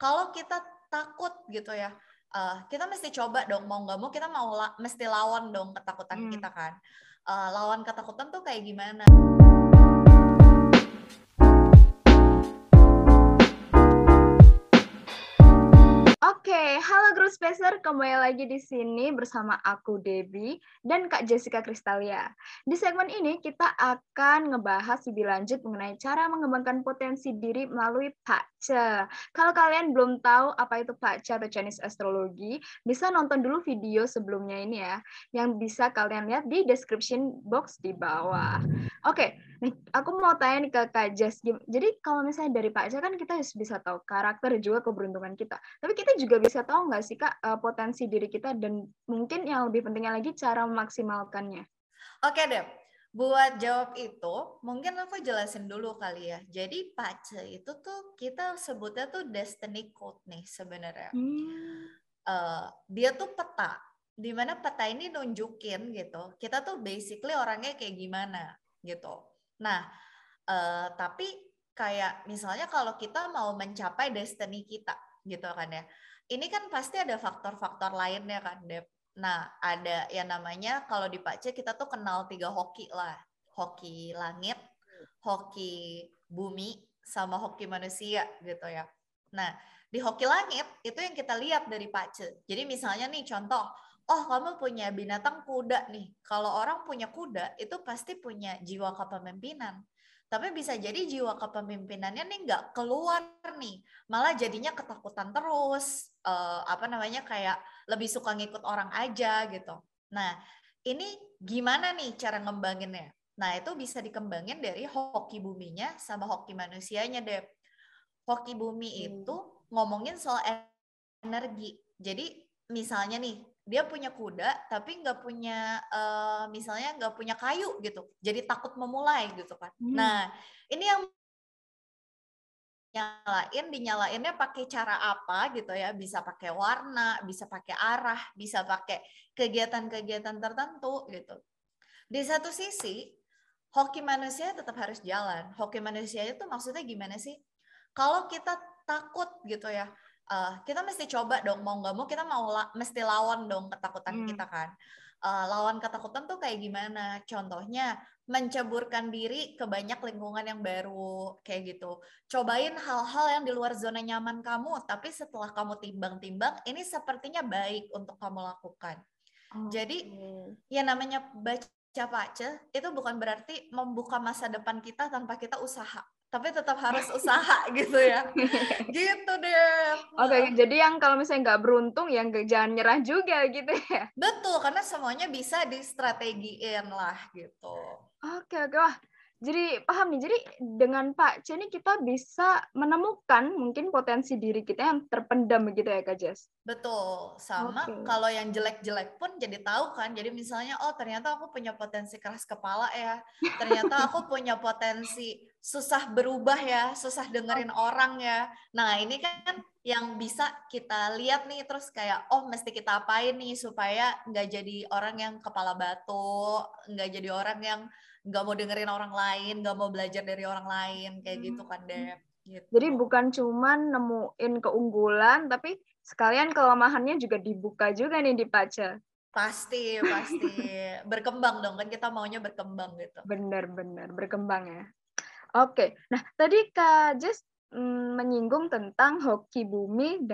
kalau kita takut gitu ya, kita mesti coba dong, mau nggak mau kita mesti lawan dong ketakutan kita kan. Lawan ketakutan tuh kayak gimana? Oke, halo Group Spacer, kembali lagi di sini bersama aku Debbie dan Kak Jessica Kristalia. Di segmen ini kita akan ngebahas lebih lanjut mengenai cara mengembangkan potensi diri melalui Pakce. Kalau kalian belum tahu apa itu Pakce atau Chinese Astrology, bisa nonton dulu video sebelumnya ini ya, yang bisa kalian lihat di description box di bawah. Oke, nih aku mau tanya nih ke Kak Jess. Jadi kalau misalnya dari Pakce kan kita bisa tahu karakter dan juga keberuntungan kita. Tapi kita juga bisa tahu nggak sih Kak, potensi diri kita dan mungkin yang lebih pentingnya lagi cara memaksimalkannya. Oke deh, buat jawab itu mungkin aku jelasin dulu kali ya. Jadi Pace itu tuh kita sebutnya tuh destiny code nih sebenarnya. Dia tuh peta, dimana peta ini nunjukin gitu, kita tuh basically orangnya kayak gimana gitu. Nah, tapi kayak misalnya kalau kita mau mencapai destiny kita gitu kan ya, ini kan pasti ada faktor-faktor lainnya kan, Dep. Nah, ada yang namanya kalau di Pace kita tuh kenal 3 hoki lah. Hoki langit, hoki bumi, sama hoki manusia gitu ya. Nah, di hoki langit itu yang kita lihat dari Pace. Jadi misalnya nih contoh, oh kamu punya binatang kuda nih. Kalau orang punya kuda itu pasti punya jiwa kepemimpinan. Tapi bisa jadi jiwa kepemimpinannya nih nggak keluar nih, malah jadinya ketakutan terus, kayak lebih suka ngikut orang aja gitu. Nah, ini gimana nih cara ngembanginnya? Nah, itu bisa dikembangin dari hoki buminya sama hoki manusianya, Dep. Hoki bumi itu ngomongin soal energi. Jadi misalnya nih, dia punya kuda tapi misalnya nggak punya kayu gitu. Jadi takut memulai gitu kan. Nah, ini yang dinyalainnya pakai cara apa gitu ya, bisa pakai warna, bisa pakai arah, bisa pakai kegiatan-kegiatan tertentu gitu. Di satu sisi hoki manusia tetap harus jalan. Hoki manusia itu maksudnya gimana sih? Kalau kita takut gitu ya, kita mesti coba dong, mau nggak mau kita mesti lawan dong ketakutan kita kan. Lawan ketakutan tuh kayak gimana? Contohnya menceburkan diri ke banyak lingkungan yang baru kayak gitu. Cobain hal-hal yang di luar zona nyaman kamu, tapi setelah kamu timbang-timbang, ini sepertinya baik untuk kamu lakukan. Jadi ya namanya baca Pace itu bukan berarti membuka masa depan kita tanpa kita usaha, tapi tetap harus usaha gitu ya. Gitu deh. Oke, jadi yang kalau misalnya nggak beruntung, ya jangan nyerah juga gitu ya? Betul, karena semuanya bisa distrategiin lah gitu. Oke, wah, jadi paham nih. Jadi dengan Pak C ini kita bisa menemukan mungkin potensi diri kita yang terpendam begitu ya, Kak Jess? Betul, sama Oke. kalau yang jelek-jelek pun jadi tahu kan. Jadi misalnya, oh ternyata aku punya potensi keras kepala ya. Ternyata aku punya potensi susah berubah ya, susah dengerin orang ya. Nah ini kan yang bisa kita lihat nih, terus kayak, oh mesti kita apain nih supaya nggak jadi orang yang kepala batu, nggak jadi orang yang nggak mau dengerin orang lain, nggak mau belajar dari orang lain, kayak gitu kan Dep. Gitu. Jadi bukan cuma nemuin keunggulan, tapi sekalian kelemahannya juga dibuka juga nih di Pace. Pasti berkembang dong kan, kita maunya berkembang gitu. Benar-benar berkembang ya. Oke, nah tadi Kak Jess menyinggung tentang hoki bumi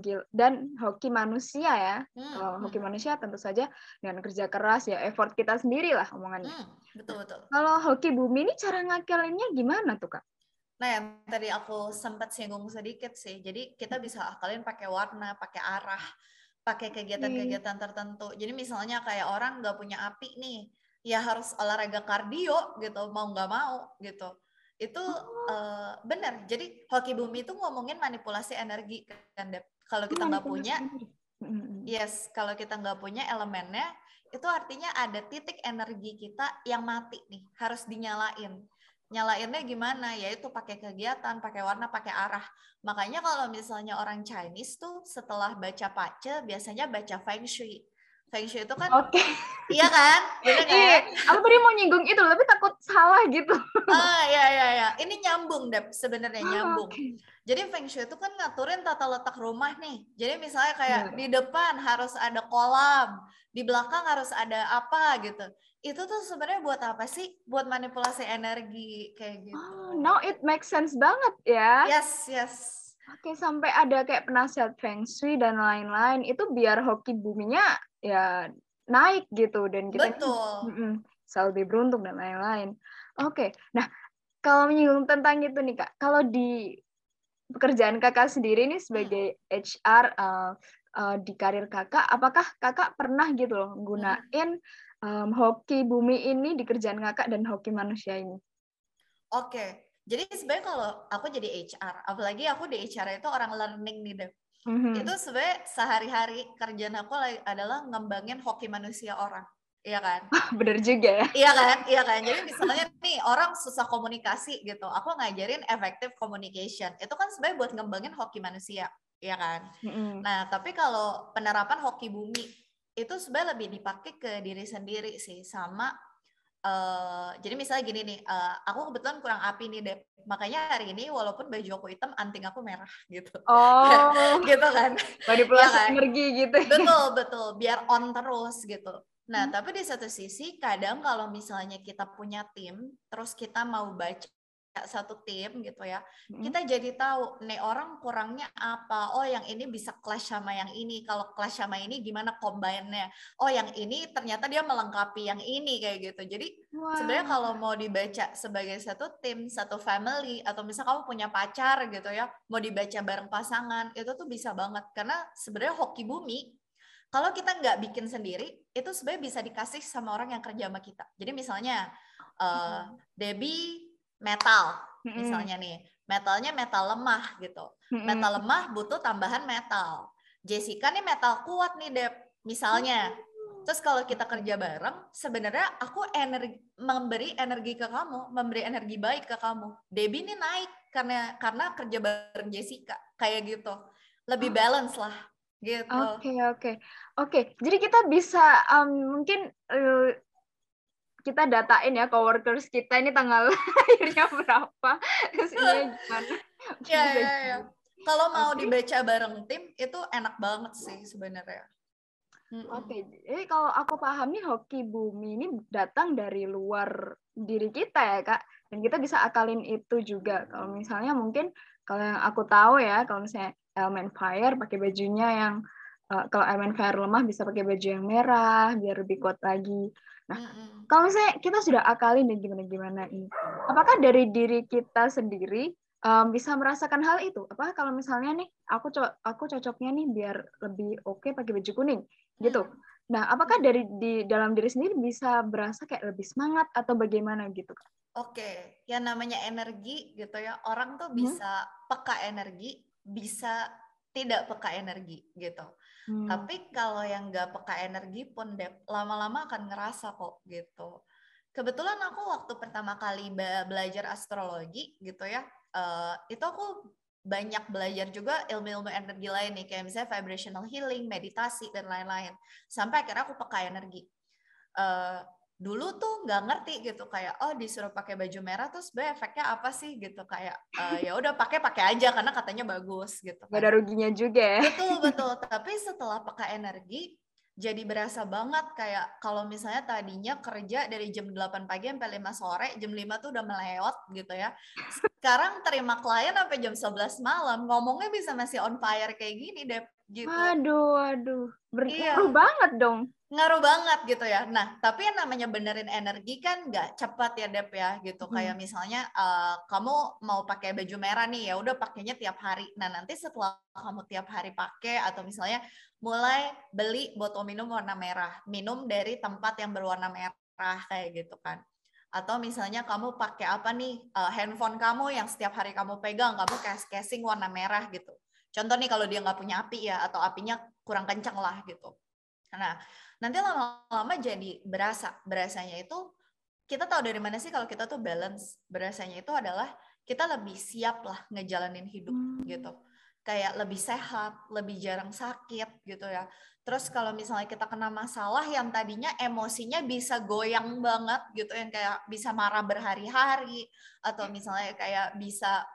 dan hoki manusia ya. Kalau hoki manusia tentu saja dengan kerja keras ya, effort kita sendiri lah omongannya. Betul. Kalau hoki bumi ini cara ngakalinnya gimana tuh Kak? Nah yang tadi aku sempat singgung sedikit sih, jadi kita bisa akalin pakai warna, pakai arah, pakai kegiatan-kegiatan tertentu. Jadi misalnya kayak orang nggak punya api nih, ya harus olahraga kardio gitu, mau nggak mau gitu. Itu benar. Jadi hoki bumi itu ngomongin manipulasi energi kan, Dep. Kalau kita nggak punya, kalau kita nggak punya elemennya, itu artinya ada titik energi kita yang mati nih, harus dinyalain. Nyalainnya gimana? Yaitu pakai kegiatan, pakai warna, pakai arah. Makanya kalau misalnya orang Chinese tuh setelah baca Pace, biasanya baca Feng Shui. Feng Shui itu kan, iya kan? Bener kan? Iya, aku tadi mau nyinggung itu, tapi takut salah gitu. Iya. Ini nyambung, Dep. Sebenarnya nyambung. Okay. Jadi Feng Shui itu kan ngaturin tata letak rumah nih. Jadi misalnya kayak di depan harus ada kolam, di belakang harus ada apa gitu. Itu tuh sebenarnya buat apa sih? Buat manipulasi energi kayak gitu. Oh, now it makes sense banget ya. Yes. Oke, sampai ada kayak penasihat Feng Shui dan lain-lain. Itu biar hoki buminya ya naik gitu. Dan kita bisa lebih beruntung dan lain-lain. Oke, nah kalau menyinggung tentang itu nih Kak, kalau di pekerjaan Kakak sendiri nih sebagai HR di karir Kakak, apakah Kakak pernah gitu loh gunain hoki bumi ini di kerjaan Kakak dan hoki manusia ini? Oke. Jadi sebenarnya kalau aku jadi HR, apalagi aku di HR itu orang learning nih, Dep. Itu sebenarnya sehari-hari kerjaan aku adalah ngembangin hoki manusia orang. Iya kan? Bener juga ya. Iya kan. Jadi misalnya nih orang susah komunikasi gitu, aku ngajarin effective communication. Itu kan sebenarnya buat ngembangin hoki manusia, iya kan? Nah, tapi kalau penerapan hoki bumi itu sebenarnya lebih dipakai ke diri sendiri sih, sama jadi misalnya gini nih, aku kebetulan kurang api nih, Dep. Makanya hari ini walaupun baju aku hitam, anting aku merah gitu. Oh, gitu kan? manipulasi kan? energi gitu. Betul. Biar on terus gitu. Nah, tapi di satu sisi kadang kalau misalnya kita punya tim, terus kita mau baca satu tim gitu ya, kita jadi tahu nih orang kurangnya apa. Oh, yang ini bisa clash sama yang ini. Kalau clash sama ini gimana combine-nya? Oh, yang ini ternyata dia melengkapi yang ini kayak gitu. Jadi sebenarnya kalau mau dibaca sebagai satu tim, satu family, atau misal kamu punya pacar gitu ya, mau dibaca bareng pasangan, itu tuh bisa banget. Karena sebenarnya hoki bumi, kalau kita nggak bikin sendiri, itu sebenarnya bisa dikasih sama orang yang kerja sama kita. Jadi misalnya Debbie metal, misalnya nih, metalnya metal lemah gitu. Metal lemah butuh tambahan metal. Jessica nih metal kuat nih, Deb, misalnya. Terus kalau kita kerja bareng, sebenarnya aku memberi energi ke kamu, memberi energi baik ke kamu. Debbie nih naik karena kerja bareng Jessica, kayak gitu. Lebih balance lah. Gitu. Oke. Jadi kita bisa mungkin kita datain ya coworkers kita ini tanggal lahirnya berapa, terus ini gimana. Ya. Kalau mau dibaca bareng tim itu enak banget sih sebenarnya. Oke, jadi kalau aku pahami hoki bumi ini datang dari luar diri kita ya Kak, dan kita bisa akalin itu juga. Kalau misalnya mungkin kalau yang aku tahu ya, kalau misalnya elemen fire pakai bajunya yang kalau elemen fire lemah bisa pakai baju yang merah biar lebih kuat lagi. Nah, kalau misalnya kita sudah akalin dan gimana ini, apakah dari diri kita sendiri bisa merasakan hal itu? Apakah kalau misalnya nih aku cocoknya nih biar lebih oke pakai baju kuning gitu. Nah, apakah di dalam diri sendiri bisa berasa kayak lebih semangat atau bagaimana gitu? Oke, yang namanya energi gitu ya, orang tuh bisa peka energi, bisa tidak peka energi gitu. Tapi kalau yang nggak peka energi pun, Dep, lama-lama akan ngerasa kok gitu. Kebetulan aku waktu pertama kali belajar astrologi gitu ya, itu aku banyak belajar juga ilmu-ilmu energi lain nih, kayak misalnya vibrational healing, meditasi, dan lain-lain. Sampai akhirnya aku peka energi. Dulu tuh nggak ngerti gitu, kayak disuruh pakai baju merah terus efeknya apa sih gitu, kayak ya udah pakai aja karena katanya bagus gitu kan. Gak ada ruginya juga ya. Betul. Tapi setelah peka energi, jadi berasa banget kayak kalau misalnya tadinya kerja dari jam 8 pagi sampai 5 sore, jam 5 tuh udah melewat gitu ya. Sekarang terima klien sampai jam 11 malam, ngomongnya bisa masih on fire kayak gini deh gitu. Waduh. Ngaruh banget dong. Ngaruh banget gitu ya. Nah, tapi yang namanya benerin energi kan nggak cepat ya, Dep ya, gitu. Kayak misalnya kamu mau pakai baju merah nih, ya udah pakainya tiap hari. Nah, nanti setelah kamu tiap hari pakai, atau misalnya mulai beli botol minum warna merah, minum dari tempat yang berwarna merah kayak gitu kan. Atau misalnya kamu pakai apa nih, handphone kamu yang setiap hari kamu pegang, kamu casing warna merah gitu. Contoh nih kalau dia nggak punya api ya, atau apinya kurang kencang lah gitu. Nah, nanti lama-lama jadi berasanya itu kita tahu dari mana sih kalau kita tuh balance. Berasanya itu adalah kita lebih siap lah ngejalanin hidup gitu. kayak lebih sehat, lebih jarang sakit gitu ya. Terus kalau misalnya kita kena masalah yang tadinya emosinya bisa goyang banget gitu, yang kayak bisa marah berhari-hari, atau misalnya kayak bisa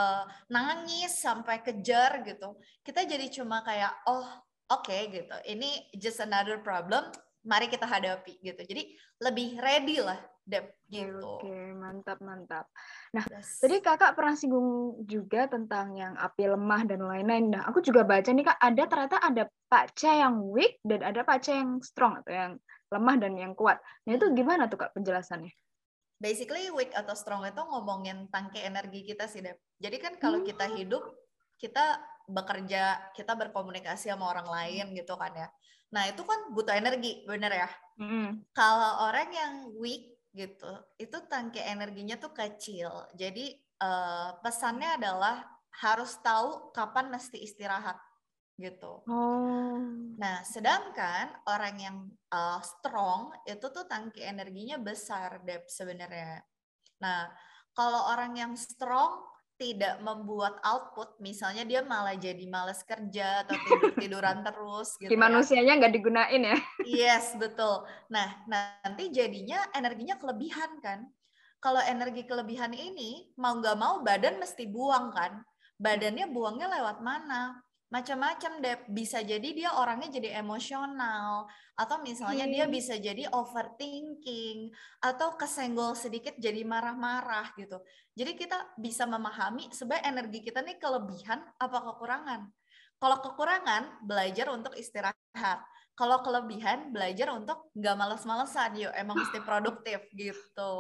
nangis sampai kejar gitu, kita jadi cuma kayak oke, gitu, ini just another problem, mari kita hadapi gitu. Jadi lebih ready lah, Dep, gitu. Oke, mantap. Nah, Yes. tadi kakak pernah singgung juga tentang yang api lemah dan lain-lain. Nah, aku juga baca nih kak, ternyata ada pace yang weak dan ada pace yang strong atau yang lemah dan yang kuat. Nah, itu gimana tuh kak penjelasannya? Basically weak atau strong itu ngomongin tangki energi kita sih, Dep. Jadi kan kalau kita hidup, kita bekerja, kita berkomunikasi sama orang lain gitu kan ya. Nah, itu kan butuh energi, bener ya? Kalau orang yang weak gitu, itu tangki energinya tuh kecil. Jadi pesannya adalah harus tahu kapan mesti istirahat gitu. Nah, sedangkan orang yang strong itu tuh tangki energinya besar, Dep, sebenarnya. Nah, kalau orang yang strong tidak membuat output, misalnya dia malah jadi males kerja atau tidur-tiduran terus gitu ya. Manusianya nggak digunain ya? Yes, betul. Nah, nanti jadinya energinya kelebihan kan. Kalau energi kelebihan ini, mau nggak mau badan mesti buang kan. Badannya buangnya lewat mana? Macam-macam deh. Bisa jadi dia orangnya jadi emosional. Atau misalnya dia bisa jadi overthinking. Atau kesenggol sedikit jadi marah-marah gitu. Jadi kita bisa memahami sebenarnya energi kita nih kelebihan apa kekurangan. Kalau kekurangan, belajar untuk istirahat. Kalau kelebihan, belajar untuk nggak males-malesan. Yuk, emang mesti produktif gitu.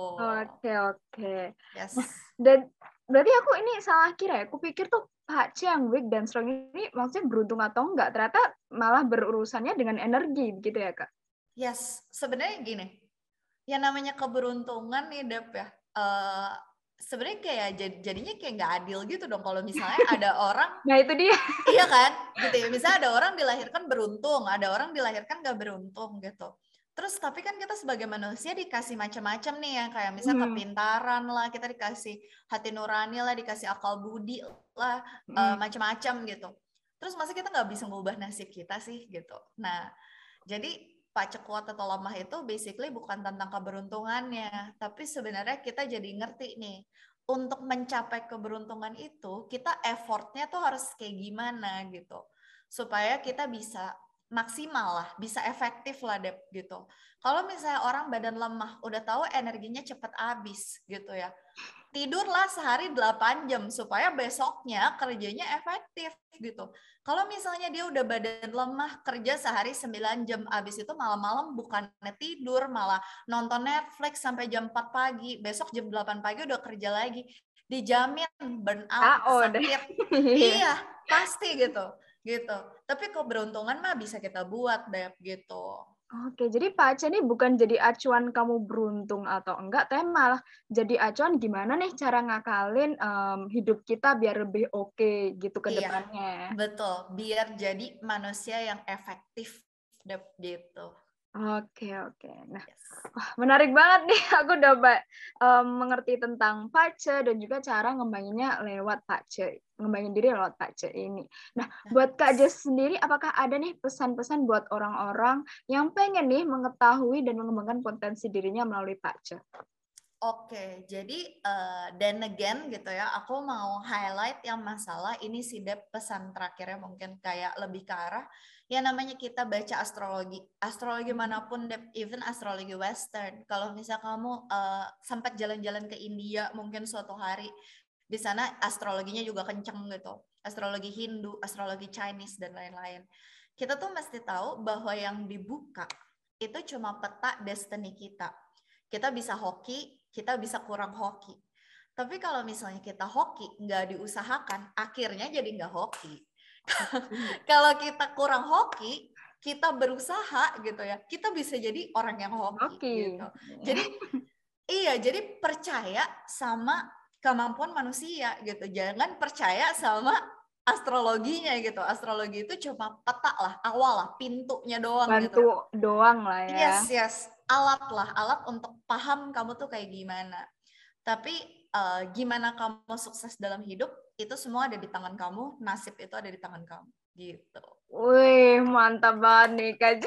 Oke. Yes. Nah, dan berarti aku ini salah kira ya. Aku pikir tuh Pak C yang weak dan strong ini maksudnya beruntung atau enggak. Ternyata malah berurusannya dengan energi, begitu ya Kak? Yes, sebenarnya gini. Yang namanya keberuntungan nih, Dep ya. Sebenarnya kayak jadinya kayak nggak adil gitu dong kalau misalnya ada orang. Nah itu dia. Iya kan, gitu ya. Misalnya ada orang dilahirkan beruntung, ada orang dilahirkan nggak beruntung gitu. Terus tapi kan kita sebagai manusia dikasih macam-macam nih yang kayak misalnya kepintaran lah, kita dikasih hati nurani lah, dikasih akal budi lah, macam-macam gitu. Terus masa kita nggak bisa mengubah nasib kita sih gitu. Nah, jadi pacek kuat atau lemah itu basically bukan tentang keberuntungannya, tapi sebenarnya kita jadi ngerti nih, untuk mencapai keberuntungan itu, kita effortnya tuh harus kayak gimana gitu. Supaya kita bisa maksimal lah, bisa efektif lah Dep gitu. Kalau misalnya orang badan lemah, udah tahu energinya cepet habis gitu ya. Tidurlah sehari 8 jam supaya besoknya kerjanya efektif gitu. Kalau misalnya dia udah badan lemah, kerja sehari 9 jam, abis itu malam-malam bukannya tidur, malah nonton Netflix sampai jam 4 pagi, besok jam 8 pagi udah kerja lagi, dijamin burn out, sakit. Iya, pasti gitu. Tapi keberuntungan mah bisa kita buat, Dep, gitu. Oke, jadi Pak Aceh ini bukan jadi acuan kamu beruntung atau enggak, tapi malah jadi acuan gimana nih cara ngakalin hidup kita biar lebih oke gitu ke depannya. Betul. Biar jadi manusia yang efektif, Dep, gitu. Oke. Nah, menarik banget nih. Aku udah mengerti tentang pace dan juga cara ngembanginnya lewat pace, ngembangin diri lewat pace ini. Nah, buat Kak Jess sendiri, apakah ada nih pesan-pesan buat orang-orang yang pengen nih mengetahui dan mengembangkan potensi dirinya melalui pace? Oke, jadi then again gitu ya, aku mau highlight yang masalah ini sih Dep, pesan terakhirnya mungkin kayak lebih ke arah yang namanya kita baca astrologi manapun Dep, even astrologi Western. Kalau misal kamu sempat jalan-jalan ke India mungkin suatu hari, di sana astrologinya juga kenceng gitu, astrologi Hindu, astrologi Chinese dan lain-lain. Kita tuh mesti tahu bahwa yang dibuka itu cuma peta destiny kita. Kita bisa hoki, kita bisa kurang hoki. Tapi kalau misalnya kita hoki, nggak diusahakan, akhirnya jadi nggak hoki. Kalau kita kurang hoki, kita berusaha gitu ya, kita bisa jadi orang yang hoki. Gitu. Jadi percaya sama kemampuan manusia gitu. Jangan percaya sama astrologinya gitu. Astrologi itu cuma peta lah, awal lah, pintunya doang. Bantu gitu doang lah ya. Yes. Alat untuk paham kamu tuh kayak gimana. Tapi gimana kamu sukses dalam hidup itu semua ada di tangan kamu, nasib itu ada di tangan kamu gitu. Wih, mantap banget nih Kak.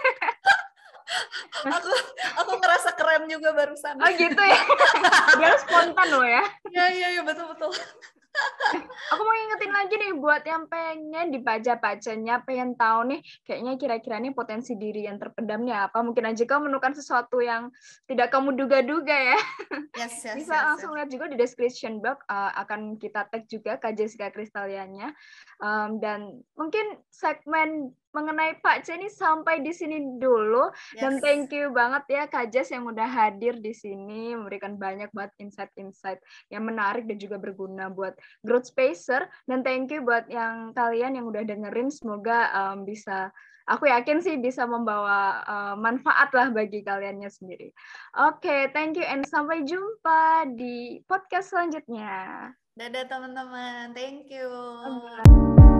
aku ngerasa keren juga barusan. Oh gitu ya. Dia spontan loh ya. Iya betul. Aku mau ingetin lagi nih buat yang pengen dibaca-bacanya, pengen tahu nih kayaknya kira-kira nih potensi diri yang terpendam nih apa. Mungkin aja kamu menemukan sesuatu yang tidak kamu duga-duga ya. Yes. Bisa langsung lihat juga di description box, akan kita tag juga Kak Jessica Kristalianya. Dan mungkin segmen mengenai Pak C ini sampai di sini dulu. Yes. Dan thank you banget ya Kak Jess yang udah hadir di sini, memberikan banyak banget insight-insight yang menarik dan juga berguna buat Growth Spacer. Dan thank you buat yang kalian yang udah dengerin, semoga bisa, aku yakin sih bisa membawa manfaat lah bagi kaliannya sendiri. Oke, thank you and sampai jumpa di podcast selanjutnya. Dadah teman-teman, thank you. Bye-bye.